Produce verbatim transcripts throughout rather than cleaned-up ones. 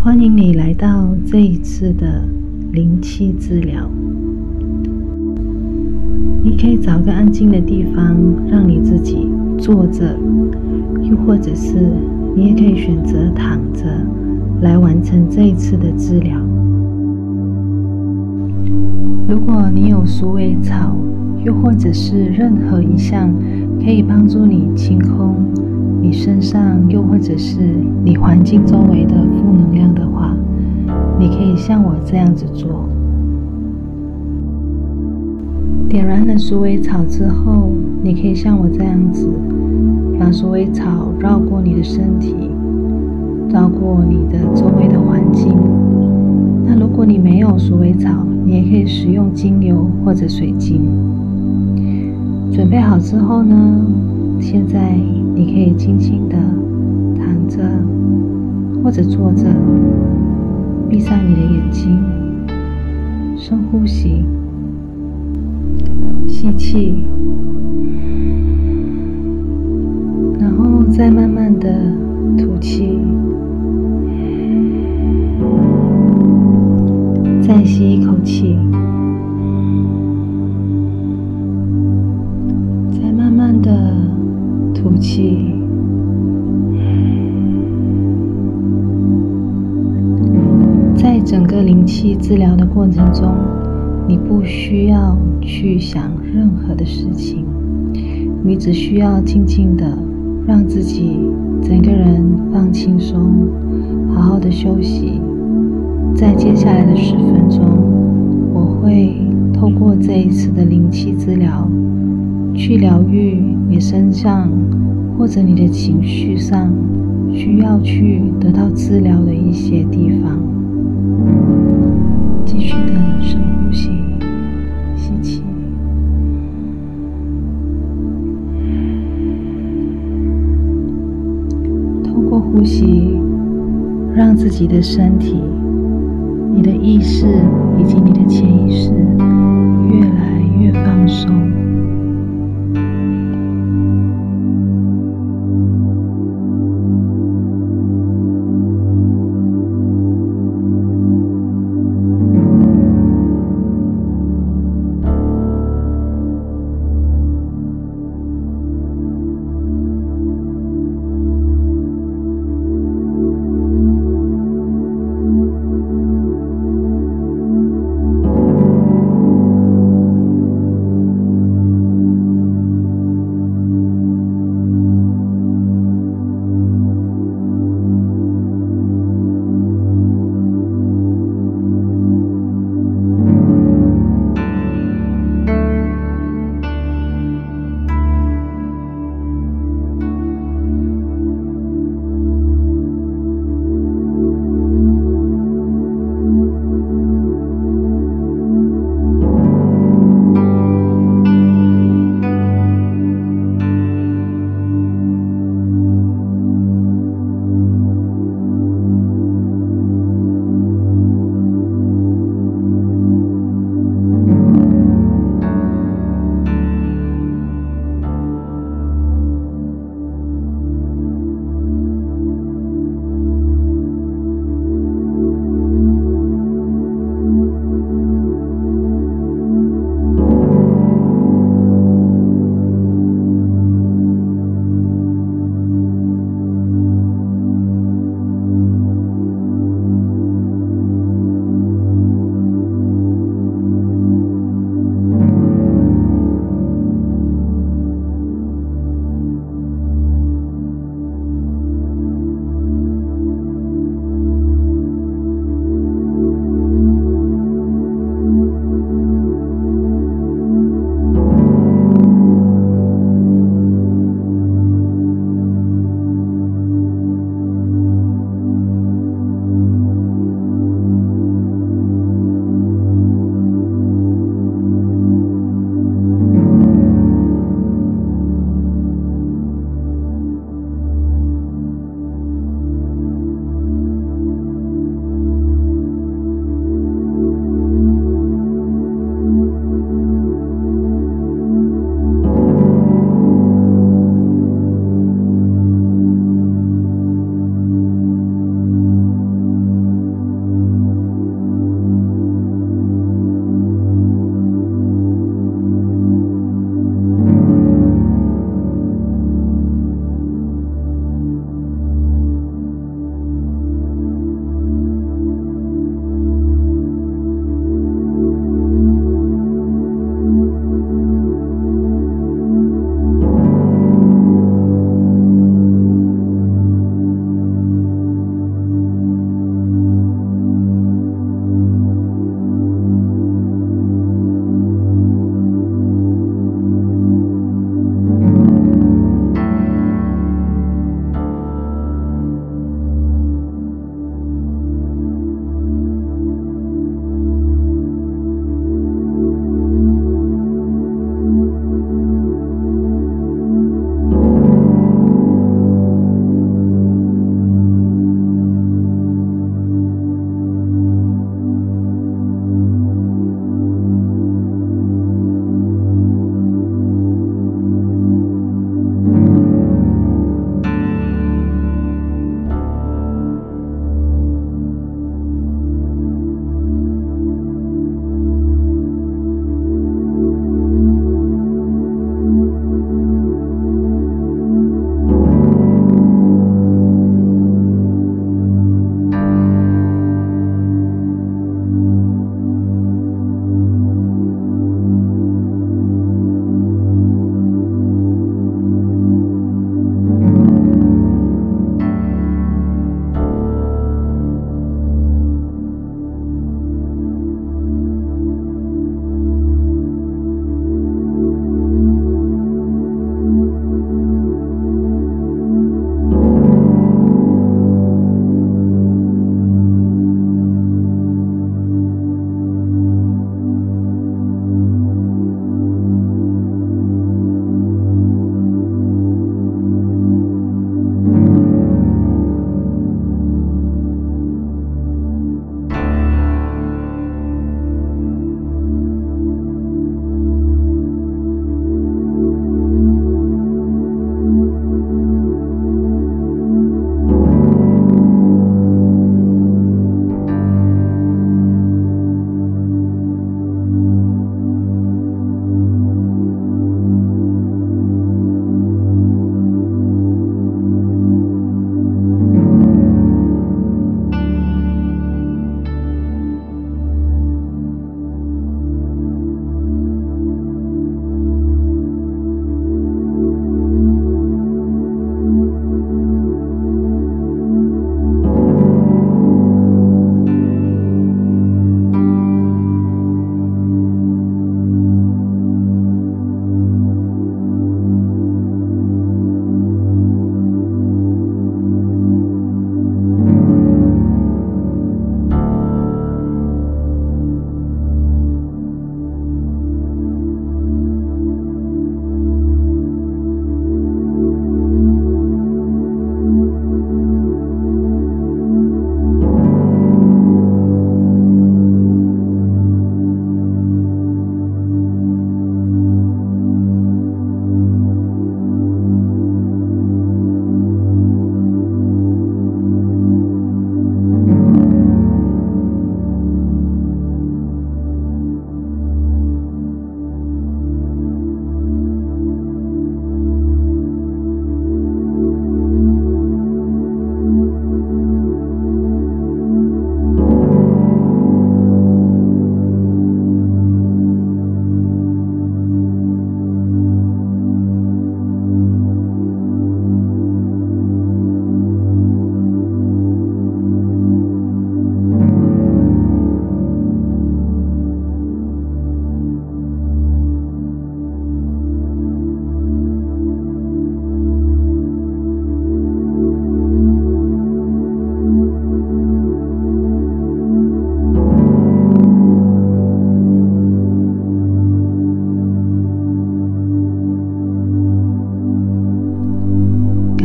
欢迎你来到这一次的灵气治疗。你可以找个安静的地方，让你自己坐着，又或者是你也可以选择躺着来完成这一次的治疗。如果你有鼠尾草，又或者是任何一项可以帮助你清空你身上，又或者是你环境周围的负能量的话，你可以像我这样子做。点燃了鼠尾草之后，你可以像我这样子，把鼠尾草绕过你的身体，绕过你的周围的环境。那如果你没有鼠尾草，你也可以使用精油或者水晶。准备好之后呢，现在你可以轻轻的躺着或者坐着，闭上你的眼睛，深呼吸，吸气，然后再慢慢的吐气，再吸一口气，再慢慢的吐气。在整个灵气治疗的过程中，你不需要去想任何的事情，你只需要静静的让自己整个人放轻松，好好的休息。在接下来的十分钟，我会透过这一次的灵气治疗，去疗愈你身上或者你的情绪上需要去得到治疗的一些地方。继续的深呼吸，吸气，透过呼吸，让自己的身体、你的意识以及你的潜意识越来越放松。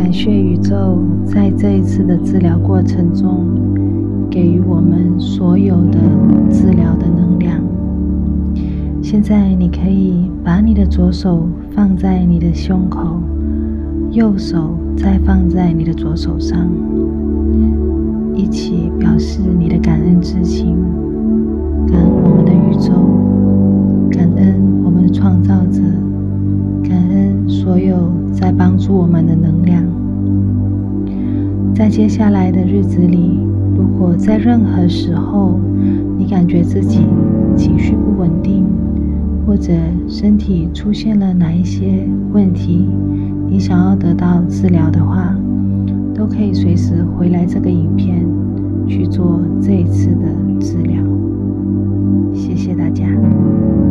感谢宇宙在这一次的治疗过程中给予我们所有的治疗的能量。现在你可以把你的左手放在你的胸口，右手再放在你的左手上，一起表示你的感恩之情，感恩我们的宇宙，感恩我们的创造者，感恩所有在帮助我们的能量。在接下来的日子里，如果在任何时候你感觉自己情绪不稳定，或者身体出现了哪一些问题，你想要得到治疗的话，都可以随时回来这个影片去做这一次的治疗。谢谢大家。